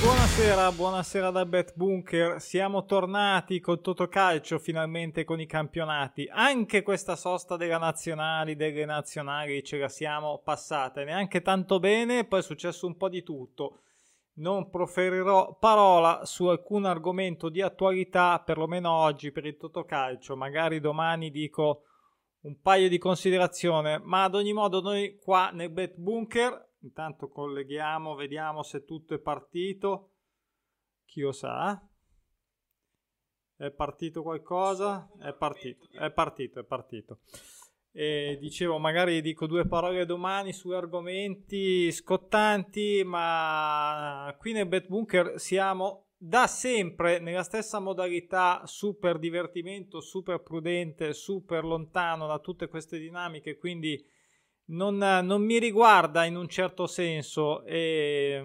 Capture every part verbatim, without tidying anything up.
Buonasera, buonasera da Bet Bunker. Siamo tornati col Totocalcio, finalmente con i campionati. Anche questa sosta della nazionali, delle nazionali ce la siamo passate, neanche tanto bene, poi è successo un po' di tutto. Non proferirò parola su alcun argomento di attualità, perlomeno oggi per il Totocalcio. Magari domani dico un paio di considerazioni, ma ad ogni modo noi qua nel Bet Bunker intanto colleghiamo, vediamo se tutto è partito. Chi lo sa? È partito qualcosa? È partito, è partito, è partito. E dicevo, magari dico due parole domani su argomenti scottanti, ma qui nel Bet Bunker siamo da sempre nella stessa modalità, super divertimento, super prudente, super lontano da tutte queste dinamiche, quindi non, non mi riguarda in un certo senso e,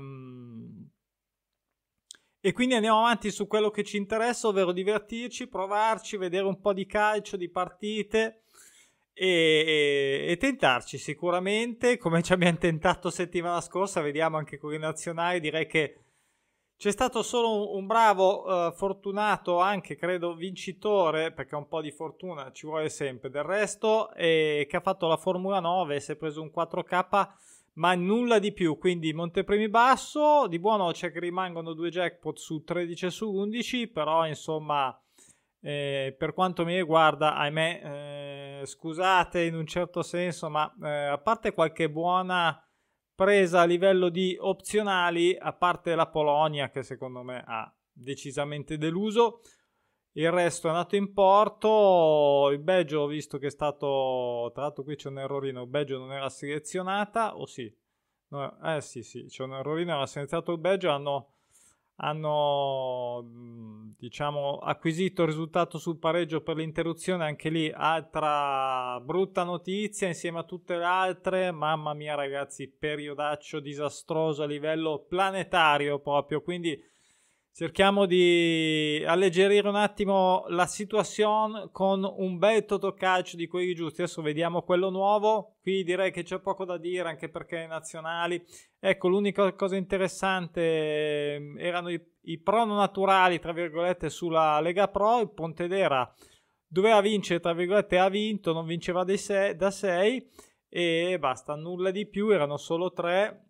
e quindi andiamo avanti su quello che ci interessa, ovvero divertirci, provarci, vedere un po' di calcio, di partite e, e, e tentarci sicuramente come ci abbiamo tentato settimana scorsa. Vediamo anche con i nazionali, direi che c'è stato solo un, un bravo uh, fortunato, anche credo vincitore, perché un po' di fortuna ci vuole sempre, del resto, e che ha fatto la Formula nove, si è preso un quattro K, ma nulla di più, quindi montepremi basso. Di buono c'è che rimangono due jackpot su tredici e su undici, però insomma eh, per quanto mi riguarda, ahimè, eh, scusate in un certo senso, ma eh, a parte qualche buona presa a livello di opzionali, a parte la Polonia che secondo me ha decisamente deluso, il resto è andato in porto. Il Belgio ho visto che è stato, tra l'altro qui c'è un errorino, il Belgio non era selezionata, o sì? No, eh sì sì, c'è un errorino, era selezionato il Belgio, hanno, hanno diciamo acquisito il risultato sul pareggio per l'interruzione, anche lì altra brutta notizia insieme a tutte le altre. Mamma mia ragazzi, periodaccio disastroso a livello planetario proprio, quindi cerchiamo di alleggerire un attimo la situazione con un bel Totocalcio di quelli giusti. Adesso vediamo quello nuovo. Qui direi che c'è poco da dire, anche perché le nazionali, ecco, l'unica cosa interessante erano i, i prono naturali tra virgolette sulla Lega Pro. Il Pontedera doveva vincere, tra virgolette, ha vinto, non vinceva dai sei, da sei e basta, nulla di più, erano solo tre.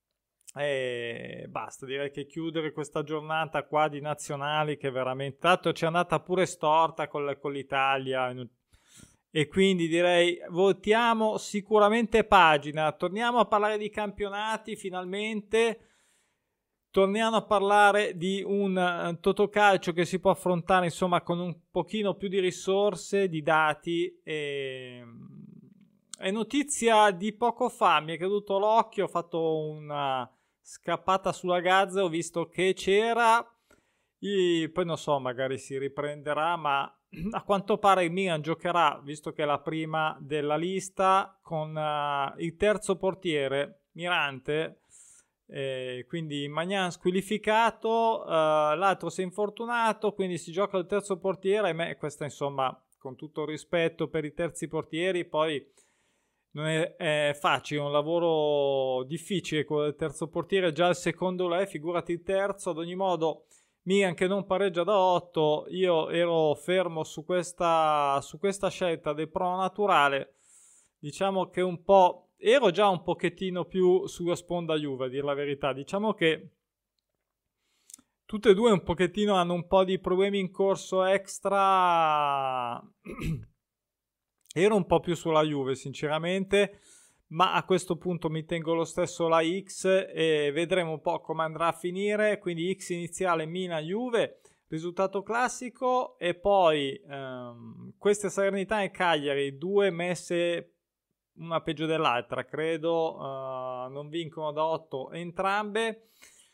E basta, direi che chiudere questa giornata qua di nazionali, che veramente tanto ci è andata pure storta con, con l'Italia, e quindi direi voltiamo sicuramente pagina, torniamo a parlare di campionati finalmente, torniamo a parlare di un uh, Totocalcio che si può affrontare insomma con un pochino più di risorse, di dati. E è notizia di poco fa, mi è caduto l'occhio, ho fatto una scappata sulla Gazza, ho visto che c'era, e poi non so, magari si riprenderà, ma a quanto pare il Milan giocherà, visto che è la prima della lista, con uh, il terzo portiere Mirante, eh, quindi Magnan squalificato, uh, l'altro si è infortunato, quindi si gioca il terzo portiere. E me, questa insomma, con tutto il rispetto per i terzi portieri, poi non è, è facile, è un lavoro difficile quello del terzo portiere, già il secondo lo è, figurati il terzo. Ad ogni modo Milan che non pareggia da otto, io ero fermo su questa, su questa scelta del prono naturale. Diciamo che un po', ero già un pochettino più sulla sponda Juve, a dire la verità. Diciamo che tutte e due un pochettino hanno un po' di problemi in corso extra. Ero un po' più sulla Juve sinceramente, ma a questo punto mi tengo lo stesso la X e vedremo un po' come andrà a finire. Quindi X iniziale Milan-Juve, risultato classico, e poi ehm, queste Salernitana e Cagliari, due messe una peggio dell'altra, credo, uh, non vincono da otto entrambe.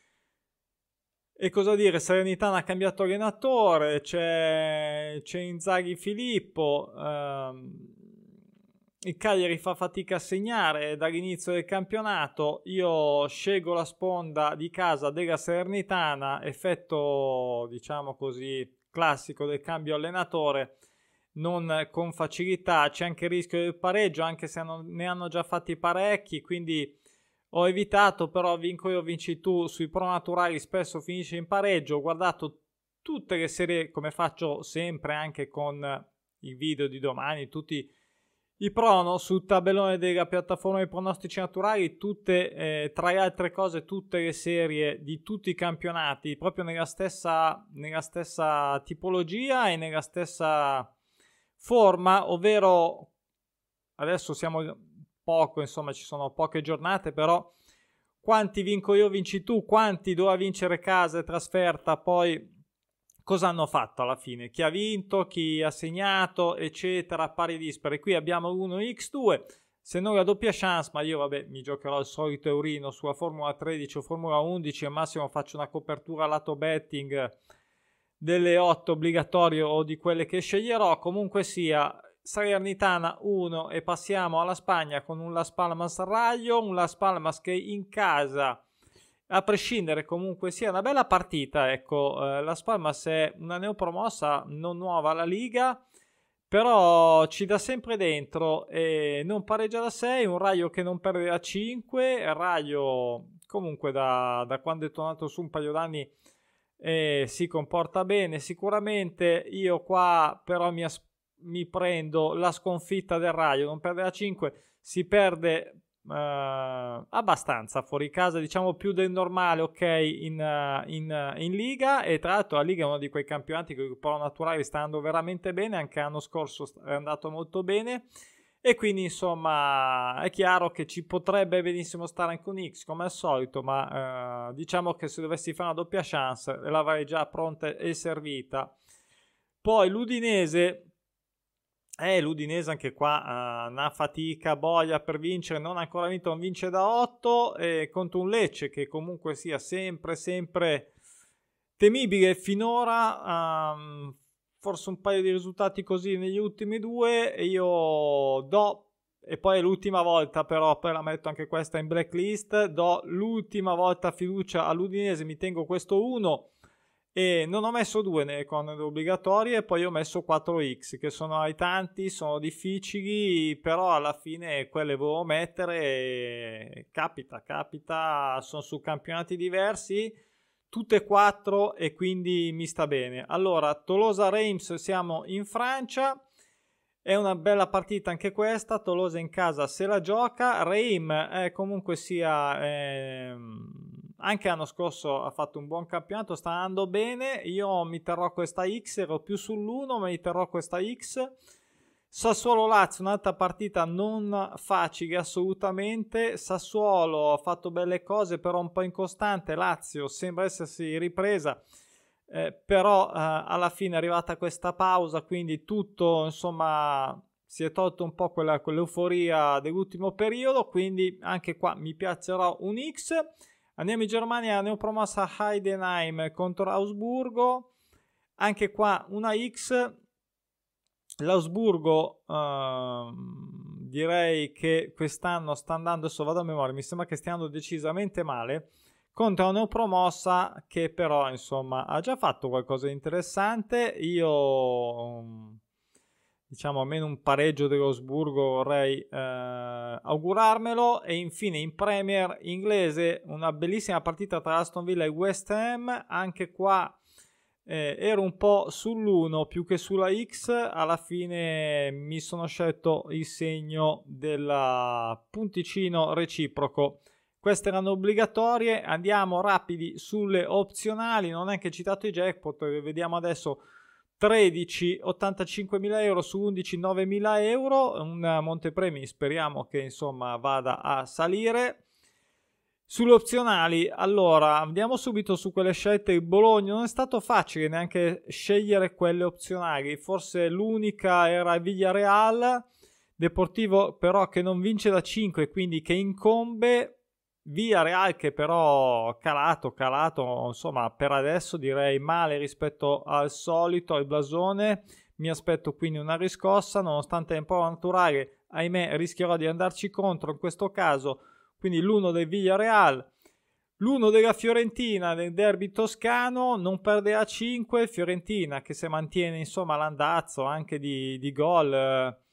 E cosa dire, Salernitana ha cambiato allenatore, c'è, c'è Inzaghi Filippo, ehm, il Cagliari fa fatica a segnare dall'inizio del campionato. Io scelgo la sponda di casa della Salernitana, effetto diciamo così classico del cambio allenatore, non con facilità, c'è anche il rischio del pareggio anche se hanno, ne hanno già fatti parecchi, quindi ho evitato, però vinco io, vinci tu, sui pro naturali spesso finisce in pareggio. Ho guardato tutte le serie, come faccio sempre anche con i video di domani, tutti i prono sul tabellone della piattaforma dei pronostici naturali, tutte, eh, tra le altre cose, tutte le serie di tutti i campionati, proprio nella stessa, nella stessa tipologia e nella stessa forma, ovvero adesso siamo poco, insomma ci sono poche giornate, però quanti vinco io, vinci tu, quanti doveva vincere casa e trasferta, poi cosa hanno fatto alla fine, chi ha vinto, chi ha segnato, eccetera, pari dispari. Qui abbiamo l'uno ics due, se non la doppia chance, ma io vabbè mi giocherò il solito eurino sulla Formula tredici o Formula undici, al massimo faccio una copertura lato betting delle otto obbligatorie o di quelle che sceglierò. Comunque sia, Salernitana uno, e passiamo alla Spagna con un Las Palmas Rayo, un Las Palmas che in casa, a prescindere comunque sia una bella partita, ecco, eh, Las Palmas è una neopromossa non nuova alla Liga, però ci dà sempre dentro e non pareggia da sei, un Rayo che non perde da cinque, Rayo comunque da, da quando è tornato su un paio d'anni eh, si comporta bene sicuramente. Io qua però mi, as- mi prendo la sconfitta del Rayo, non perde da cinque, si perde Uh, abbastanza fuori casa, diciamo più del normale, ok, in, uh, in, uh, in Liga, e tra l'altro la Liga è uno di quei campionati che il pro naturale sta andando veramente bene, anche l'anno scorso è andato molto bene, e quindi insomma è chiaro che ci potrebbe benissimo stare anche un X come al solito, ma uh, diciamo che se dovessi fare una doppia chance l'avrei già pronta e servita. Poi l'Udinese, Eh, l'Udinese anche qua, uh, una fatica, boia per vincere, non ha ancora vinto, non vince da otto, e contro un Lecce che comunque sia sempre, sempre temibile finora, um, forse un paio di risultati così negli ultimi due, e io do, e poi è l'ultima volta però, poi la metto anche questa in blacklist, do l'ultima volta fiducia all'Udinese, mi tengo questo uno, e non ho messo due nelle corner obbligatorie, e poi ho messo quattro X che sono ai tanti, sono difficili, però alla fine quelle volevo mettere e capita, capita, sono su campionati diversi, tutte e quattro, e quindi mi sta bene. Allora, Tolosa-Reims, siamo in Francia, è una bella partita anche questa, Tolosa in casa se la gioca, Reims eh, comunque sia... Ehm, anche l'anno scorso ha fatto un buon campionato, sta andando bene, io mi terrò questa X, ero più sull'uno, ma mi terrò questa X. Sassuolo-Lazio, un'altra partita non facile assolutamente, Sassuolo ha fatto belle cose però un po' incostante, Lazio sembra essersi ripresa, eh, però eh, alla fine è arrivata questa pausa, quindi tutto insomma si è tolto un po' quella, quell'euforia dell'ultimo periodo, quindi anche qua mi piacerà un X. Andiamo in Germania, neopromossa Heidenheim contro Augsburgo, anche qua una X. L'Augsburgo ehm, direi che quest'anno sta andando, adesso vado a memoria, mi sembra che stia andando decisamente male, contro una neopromossa che però insomma ha già fatto qualcosa di interessante. Io diciamo almeno un pareggio dell'Augsburgo vorrei eh, augurarmelo. E infine in Premier inglese una bellissima partita tra Aston Villa e West Ham, anche qua eh, ero un po' sull'uno più che sulla X, alla fine mi sono scelto il segno del punticino reciproco. Queste erano obbligatorie, andiamo rapidi sulle opzionali, non è che citato i jackpot, vediamo adesso. Tredici, ottantacinquemila euro su undici, novemila euro, un montepremi speriamo che insomma vada a salire. Sulle opzionali, allora andiamo subito su quelle scelte. Il Bologna non è stato facile neanche scegliere quelle opzionali, forse l'unica era il Villarreal, Deportivo però che non vince da cinque, quindi che incombe, Villarreal che però calato, calato, insomma per adesso direi male rispetto al solito, al blasone. Mi aspetto quindi una riscossa, nonostante è un po' naturale, ahimè rischierò di andarci contro in questo caso, quindi l'uno del Villarreal. L'uno della Fiorentina nel derby toscano, non perde a cinque, Fiorentina che se mantiene insomma l'andazzo anche di, di gol, eh,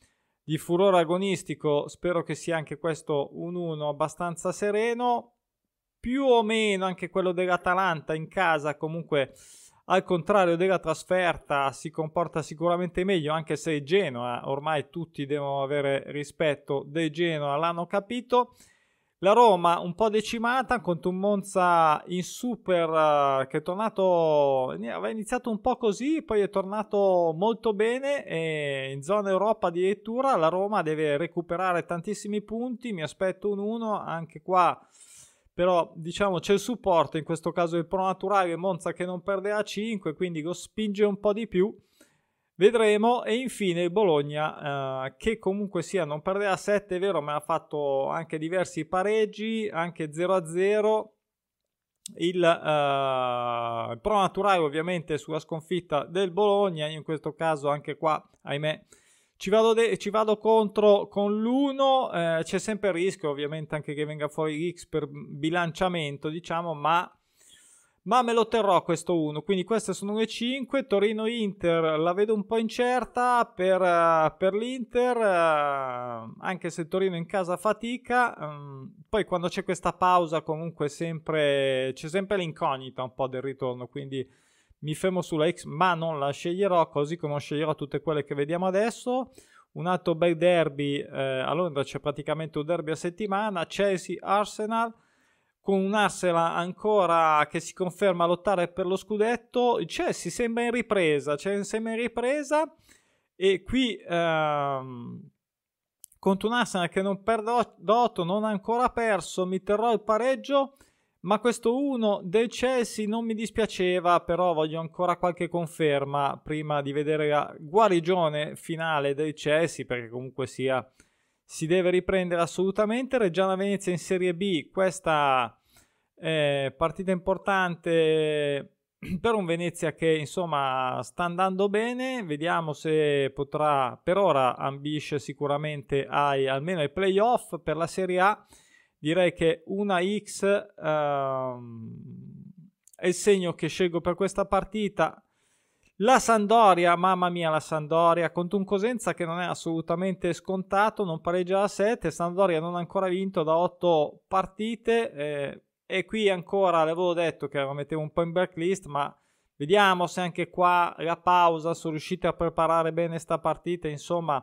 di furore agonistico, spero che sia anche questo un uno abbastanza sereno. Più o meno anche quello dell'Atalanta in casa, comunque al contrario della trasferta, si comporta sicuramente meglio, anche se il Genoa, ormai tutti devono avere rispetto del Genoa, l'hanno capito. La Roma un po' decimata contro un Monza in super uh, che è tornato, aveva iniziato un po' così, poi è tornato molto bene e in zona Europa addirittura. La Roma deve recuperare tantissimi punti, mi aspetto un uno anche qua, però diciamo c'è il supporto, in questo caso il pronaturale Monza che non perde a cinque, quindi lo spinge un po' di più. Vedremo. E infine il Bologna eh, che comunque sia non perde a sette, è vero, ma ha fatto anche diversi pareggi, anche zero a zero. Il, eh, il pronaturale ovviamente sulla sconfitta del Bologna, io in questo caso anche qua ahimè ci vado, de- ci vado contro con l'uno, eh, c'è sempre il rischio ovviamente anche che venga fuori l'X per bilanciamento, diciamo, ma ma me lo terrò questo uno, quindi queste sono le cinque. Torino-Inter la vedo un po' incerta per, uh, per l'Inter, uh, anche se Torino in casa fatica, um, poi quando c'è questa pausa comunque sempre, c'è sempre l'incognita un po' del ritorno, quindi mi fermo sulla X, ma non la sceglierò, così come sceglierò tutte quelle che vediamo adesso. Un altro bel derby, eh, a Londra c'è praticamente un derby a settimana, Chelsea-Arsenal, con un Arsenal ancora che si conferma a lottare per lo scudetto. Il Chelsea sembra in ripresa, cioè sembra in ripresa, e qui ehm, contro un Arsenal che non perde d'otto, non ha ancora perso, mi terrò il pareggio, ma questo uno del Chelsea non mi dispiaceva, però voglio ancora qualche conferma prima di vedere la guarigione finale del Chelsea, perché comunque sia si deve riprendere assolutamente. Reggiana Venezia in Serie B, questa eh, partita importante per un Venezia che insomma sta andando bene, vediamo se potrà, per ora ambisce sicuramente ai, almeno ai playoff. Per la Serie A direi che una X ehm, è il segno che scelgo per questa partita. La Sampdoria, mamma mia la Sampdoria, contro un Cosenza che non è assolutamente scontato, non pareggia a sette, Sampdoria non ha ancora vinto da otto partite, eh, e qui ancora, l'avevo detto che la mettevo un po' in blacklist, ma vediamo se anche qua la pausa sono riusciti a preparare bene sta partita, insomma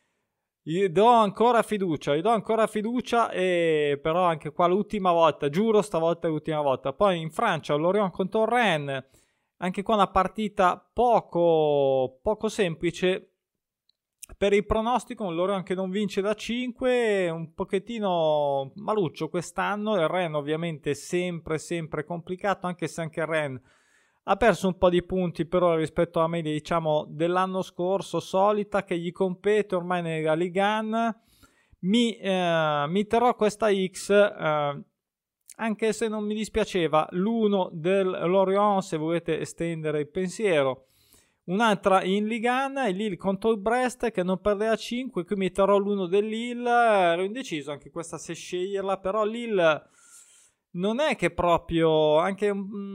gli do ancora fiducia, gli do ancora fiducia, e però anche qua l'ultima volta, giuro stavolta è l'ultima volta. Poi in Francia Lorient contro Rennes, anche qua una partita poco, poco semplice per il pronostico, un Lorient che non vince da cinque, un pochettino maluccio quest'anno. Il Rennes ovviamente sempre sempre complicato, anche se anche il Rennes ha perso un po' di punti però rispetto alla media diciamo dell'anno scorso, solita che gli compete ormai nella Ligue uno. Mi, eh, mi terrò questa X, eh, anche se non mi dispiaceva l'uno del Lorient, se volete estendere il pensiero. Un'altra in Ligue uno, il Lille contro il Brest che non perde a cinque, qui mi terrò l'uno del Lille, ero indeciso anche questa se sceglierla, però Lille non è che proprio, anche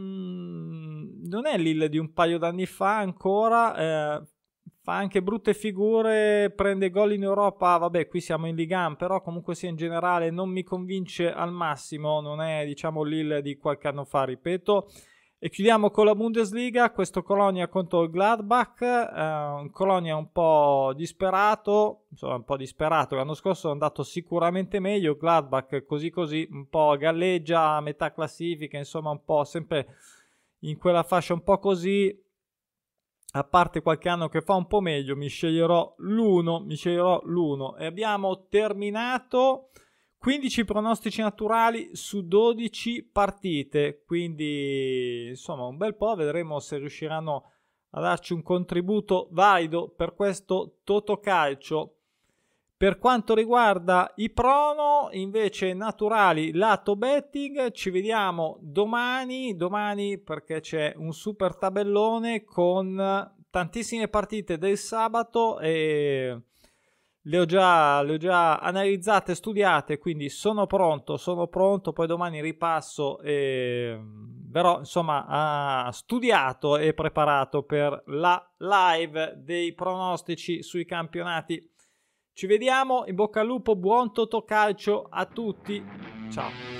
mm, non è Lille di un paio d'anni fa ancora, eh, fa anche brutte figure, prende gol in Europa, vabbè qui siamo in Ligue uno, però comunque sia in generale non mi convince al massimo, non è diciamo Lille di qualche anno fa, ripeto. E chiudiamo con la Bundesliga, questo Colonia contro il Gladbach, eh, un Colonia un po' disperato, insomma un po' disperato, l'anno scorso è andato sicuramente meglio, Gladbach così così, un po' galleggia a metà classifica, insomma un po' sempre in quella fascia un po' così, a parte qualche anno che fa un po' meglio. Mi sceglierò l'uno, mi sceglierò l'uno. E abbiamo terminato quindici pronostici naturali su dodici partite, quindi insomma un bel po', vedremo se riusciranno a darci un contributo valido per questo Totocalcio. Per quanto riguarda i prono invece naturali lato betting, ci vediamo domani, domani perché c'è un super tabellone con tantissime partite del sabato e le ho già, le ho già analizzate, studiate, quindi sono pronto, sono pronto, poi domani ripasso e verrò insomma studiato e preparato per la live dei pronostici sui campionati Ci vediamo, in bocca al lupo, buon Totocalcio a tutti, ciao.